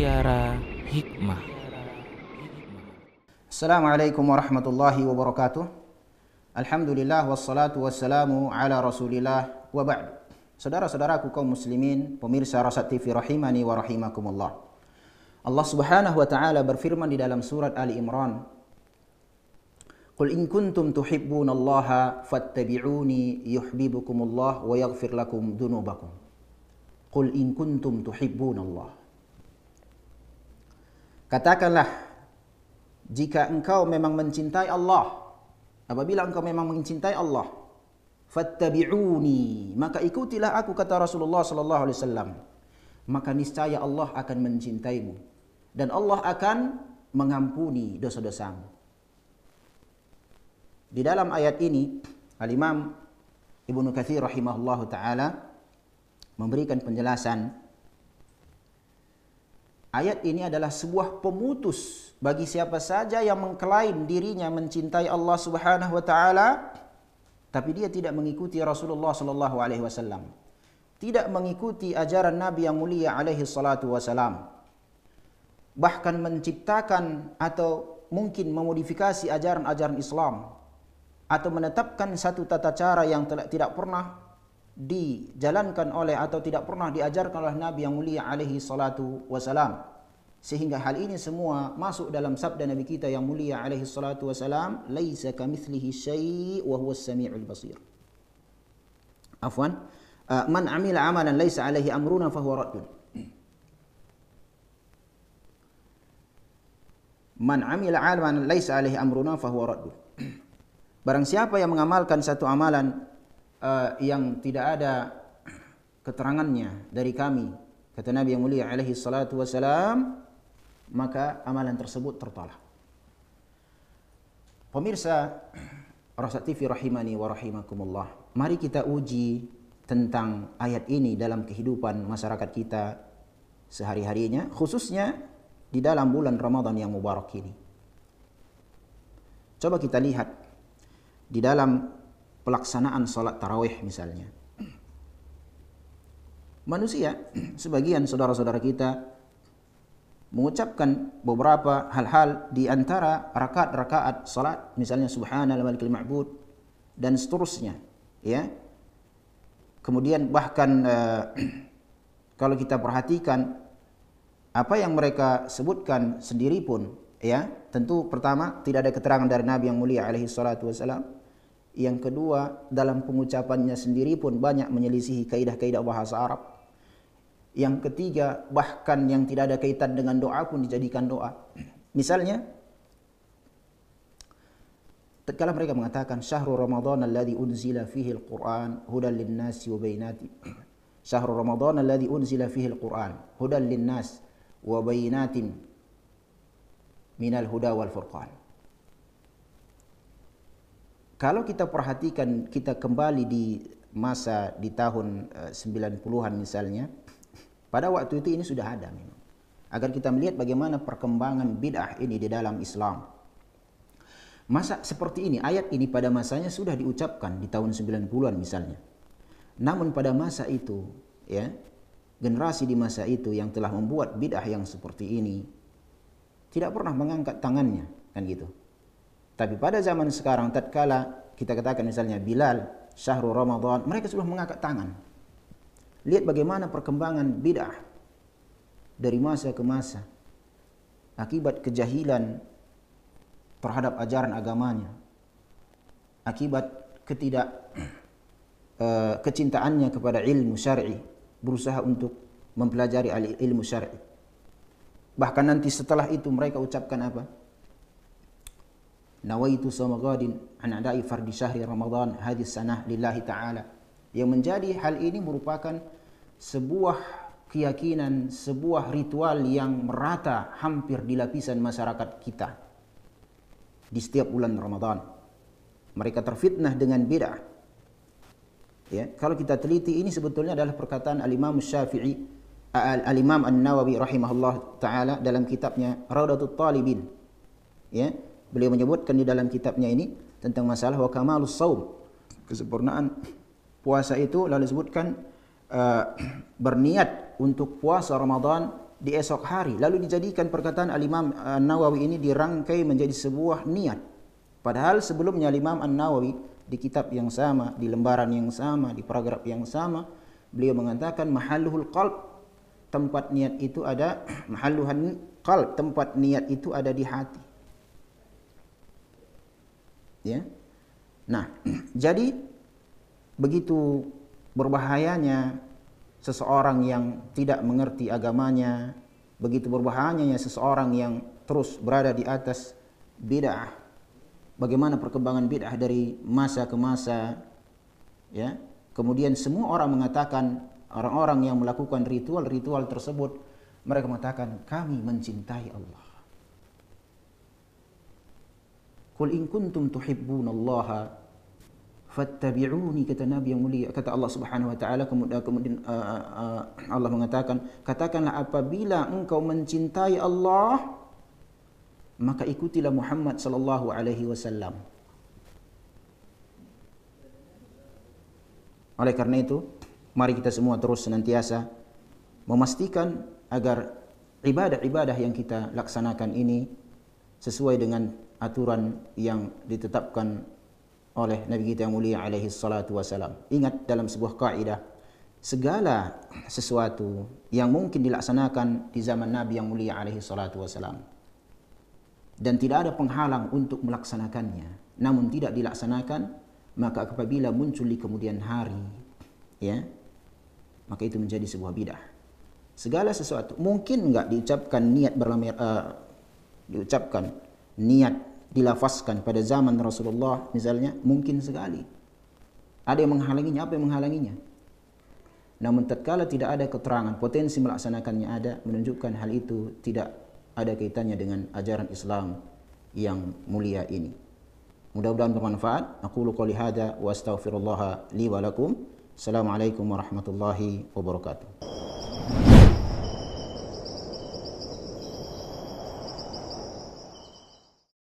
Mutiara Hikmah. Assalamualaikum warahmatullahi wabarakatuh. Alhamdulillah wassalatu wassalamu ala rasulillah wa ba'd. Saudara-saudaraku kaum muslimin, pemirsa Rasat TV rahimani wa rahimakumullah. Allah Subhanahu wa taala berfirman di dalam surat Ali Imran, "Qul in kuntum tuhibbunallaha fattabi'uni yuhibbukumullah wa yaghfir lakum dzunubakum." Qul in kuntum tuhibbunallah. Katakanlah, jika engkau memang mencintai Allah, apabila engkau memang mencintai Allah, fattabi'uni, maka ikutilah aku, kata Rasulullah sallallahu alaihi wasallam. Maka niscaya Allah akan mencintaimu dan Allah akan mengampuni dosa-dosamu. Di dalam ayat ini, Al-Imam Ibnu Katsir rahimahullahu taala memberikan penjelasan. Ayat ini adalah sebuah pemutus bagi siapa saja yang mengklaim dirinya mencintai Allah Subhanahu wa taala tapi dia tidak mengikuti Rasulullah sallallahu alaihi wasallam, tidak mengikuti ajaran Nabi yang mulia alaihi salatu wasalam, bahkan menciptakan atau mungkin memodifikasi ajaran-ajaran Islam atau menetapkan satu tata cara yang tidak pernah dijalankan oleh atau tidak pernah diajarkan oleh Nabi yang mulia alaihi salatu wasalam, sehingga hal ini semua masuk dalam sabda Nabi kita yang mulia alaihi salatu wasalam, laisa kamitslihi syai' wa huwas samiul basir. Afwan, man amila amalan laisa alaihi amruna fahuwa raddun. Man amila amalan laisa alaihi amruna fahuwa raddun. Barang siapa yang mengamalkan satu amalan yang tidak ada keterangannya dari kami, kata Nabi yang mulia alaihi salatu wasalam, maka amalan tersebut tertolak. Pemirsa Rasat TV rahimani wa rahimakumullah, mari kita uji tentang ayat ini dalam kehidupan masyarakat kita sehari-harinya, khususnya di dalam bulan Ramadan yang mubarak ini. Coba kita lihat di dalam pelaksanaan salat tarawih misalnya. Manusia, sebagian saudara-saudara kita mengucapkan beberapa hal-hal di antara rakaat-rakaat salat, misalnya subhanal malikil ma'bud dan seterusnya, ya. Kemudian bahkan kalau kita perhatikan apa yang mereka sebutkan sendiri pun, ya, tentu pertama tidak ada keterangan dari Nabi yang mulia alaihi salatu wasalam. Yang kedua, dalam pengucapannya sendiri pun banyak menyelisihi kaidah-kaidah bahasa Arab. Yang ketiga, bahkan yang tidak ada kaitan dengan doa pun dijadikan doa. Misalnya, tatkala mereka mengatakan syahrul Ramadan alladzi unzila fihi al-Qur'an hudan lin-nasi wa bayyinatin. Syahrul Ramadan alladzi unzila fihi al-Qur'an hudan lin-nas wa bayyinatin minal huda wal furqan. Kalau kita perhatikan, kita kembali di masa di tahun 90-an misalnya, pada waktu itu ini sudah ada memang. Agar kita melihat bagaimana perkembangan bid'ah ini di dalam Islam. Masa seperti ini, ayat ini pada masanya sudah diucapkan di tahun 90-an misalnya. Namun pada masa itu, ya, generasi di masa itu yang telah membuat bid'ah yang seperti ini tidak pernah mengangkat tangannya, kan gitu. Tapi pada zaman sekarang, tatkala kita katakan misalnya Bilal, syahrul Ramadan, mereka sudah mengangkat tangan. Lihat bagaimana perkembangan bid'ah dari masa ke masa akibat kejahilan terhadap ajaran agamanya, akibat kecintaannya kepada ilmu syar'i, berusaha untuk mempelajari ilmu syar'i. Bahkan nanti setelah itu mereka ucapkan apa? Nawaitu sama ghadin an adai fardi syahri Ramadan hadis sanah lillahi ta'ala. Yang menjadi hal ini merupakan sebuah keyakinan, sebuah ritual yang merata hampir di lapisan masyarakat kita di setiap bulan Ramadan. Mereka terfitnah dengan bid'ah. Ya, kalau kita teliti, ini sebetulnya adalah perkataan Al-Imam Syafi'i, Al-Imam An-Nawawi rahimahullah ta'ala dalam kitabnya Raudatul Talibin. Ya, beliau menyebutkan di dalam kitabnya ini tentang masalah wa kamalus shaum, kesempurnaan puasa itu, lalu disebutkan berniat untuk puasa Ramadan di esok hari. Lalu dijadikan perkataan Al-Imam An-Nawawi ini dirangkai menjadi sebuah niat. Padahal sebelumnya Imam An-Nawawi di kitab yang sama, di lembaran yang sama, di paragraf yang sama, beliau mengatakan mahalluhul qalb, tempat niat itu ada, mahalluhan qalb, tempat niat itu ada di hati. Ya. Nah, jadi begitu berbahayanya seseorang yang tidak mengerti agamanya, begitu berbahayanya seseorang yang terus berada di atas bid'ah. Bagaimana perkembangan bid'ah dari masa ke masa, ya. Kemudian semua orang mengatakan, orang-orang yang melakukan ritual-ritual tersebut, mereka mengatakan kami mencintai Allah. Qul in kuntum tuhibbunallaha fattabi'uni, kata Nabi yang mulia, kata Allah Subhanahu wa taala. Kemudian Allah mengatakan, katakanlah apabila engkau mencintai Allah, maka ikutilah Muhammad sallallahu alaihi wasallam. Oleh karena itu, mari kita semua terus senantiasa memastikan agar ibadah-ibadah yang kita laksanakan ini sesuai dengan aturan yang ditetapkan oleh Nabi kita yang mulia alaihi salatu wasalam. Ingat dalam sebuah kaidah, segala sesuatu yang mungkin dilaksanakan di zaman Nabi yang mulia alaihi salatu wasalam dan tidak ada penghalang untuk melaksanakannya, namun tidak dilaksanakan, maka apabila muncul di kemudian hari, ya, maka itu menjadi sebuah bidah. Segala sesuatu mungkin enggak diucapkan niat diucapkan niat dilafazkan pada zaman Rasulullah misalnya, mungkin sekali. Ada yang menghalanginya, apa yang menghalanginya? Namun tatkala tidak ada keterangan, potensi melaksanakannya ada, menunjukkan hal itu tidak ada kaitannya dengan ajaran Islam yang mulia ini. Mudah-mudahan bermanfaat. Aqulu qouli hadza wa astaghfirullah li wa lakum. Assalamualaikum warahmatullahi wabarakatuh.